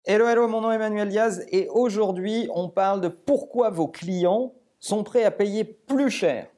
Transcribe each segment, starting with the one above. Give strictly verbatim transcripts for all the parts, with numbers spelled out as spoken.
Hello, hello, mon nom est Emmanuel Diaz et aujourd'hui, on parle de pourquoi vos clients sont prêts à payer plus cher.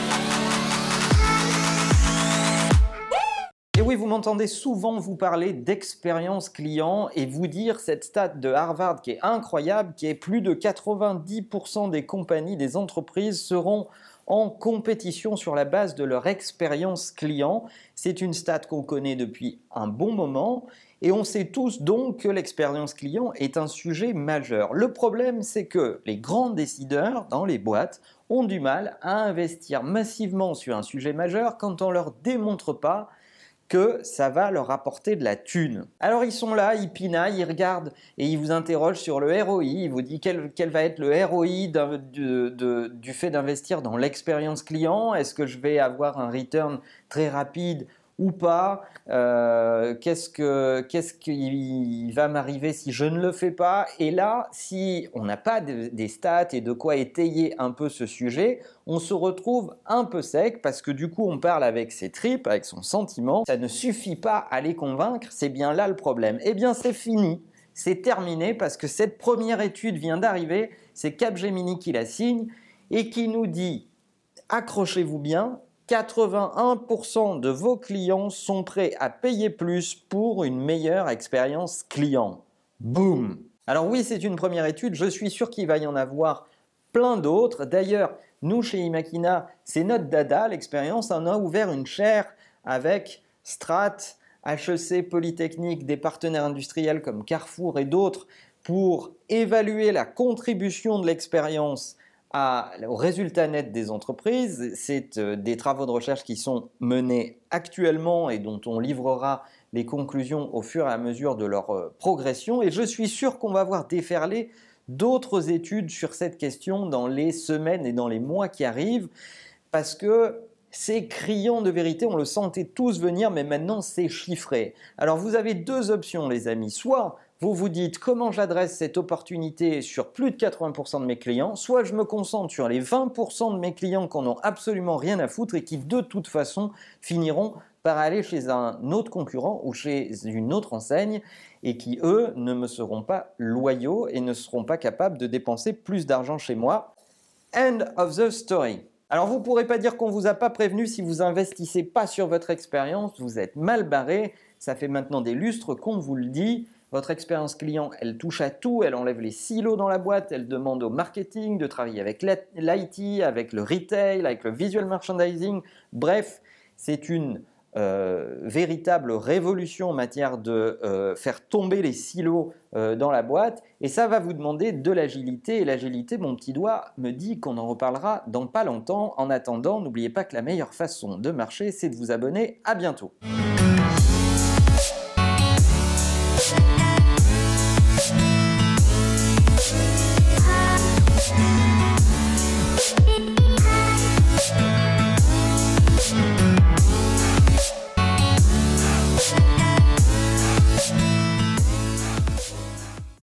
Et oui, vous m'entendez souvent vous parler d'expérience client et vous dire cette stat de Harvard qui est incroyable, qui est plus de quatre-vingt-dix pour cent des compagnies, des entreprises seront en compétition sur la base de leur expérience client. C'est une stat qu'on connaît depuis un bon moment et on sait tous donc que l'expérience client est un sujet majeur. Le problème, c'est que les grands décideurs dans les boîtes ont du mal à investir massivement sur un sujet majeur quand on ne leur démontre pas que ça va leur apporter de la thune. Alors ils sont là, ils pinaillent, ils regardent et ils vous interrogent sur le R O I, ils vous disent quel, quel va être le R O I de, de, de, du fait d'investir dans l'expérience client, est-ce que je vais avoir un return très rapide ou pas, euh, qu'est-ce que, qu'est-ce qui va m'arriver si je ne le fais pas. Et là, si on n'a pas de, des stats et de quoi étayer un peu ce sujet, on se retrouve un peu sec parce que du coup on parle avec ses tripes, avec son sentiment. Ça ne suffit pas à les convaincre, c'est bien là le problème. Eh bien c'est fini, c'est terminé parce que cette première étude vient d'arriver, c'est Capgemini qui la signe et qui nous dit, accrochez-vous bien, quatre-vingt-un pour cent de vos clients sont prêts à payer plus pour une meilleure expérience client. Boum! Alors oui, c'est une première étude, je suis sûr qu'il va y en avoir plein d'autres. D'ailleurs, nous chez Imakina, c'est notre dada, l'expérience. On a ouvert une chaire avec Strat, H E C, Polytechnique, des partenaires industriels comme Carrefour et d'autres pour évaluer la contribution de l'expérience à, au résultat net des entreprises. C'est euh, des travaux de recherche qui sont menés actuellement et dont on livrera les conclusions au fur et à mesure de leur euh, progression. Et je suis sûr qu'on va voir déferler d'autres études sur cette question dans les semaines et dans les mois qui arrivent parce que c'est criant de vérité, on le sentait tous venir, mais maintenant c'est chiffré. Alors vous avez deux options les amis, soit vous vous dites comment j'adresse cette opportunité sur plus de quatre-vingts pour cent de mes clients, soit je me concentre sur les vingt pour cent de mes clients qui n'en ont absolument rien à foutre et qui de toute façon finiront par aller chez un autre concurrent ou chez une autre enseigne et qui eux ne me seront pas loyaux et ne seront pas capables de dépenser plus d'argent chez moi. End of the story. Alors vous ne pourrez pas dire qu'on ne vous a pas prévenu si vous investissez pas sur votre expérience, vous êtes mal barré, ça fait maintenant des lustres qu'on vous le dit. Votre expérience client, elle touche à tout, elle enlève les silos dans la boîte, elle demande au marketing de travailler avec l'I T, avec le retail, avec le visual merchandising. Bref, c'est une euh, véritable révolution en matière de euh, faire tomber les silos euh, dans la boîte. Et ça va vous demander de l'agilité. Et l'agilité, mon petit doigt me dit qu'on en reparlera dans pas longtemps. En attendant, n'oubliez pas que la meilleure façon de marcher, c'est de vous abonner. À bientôt.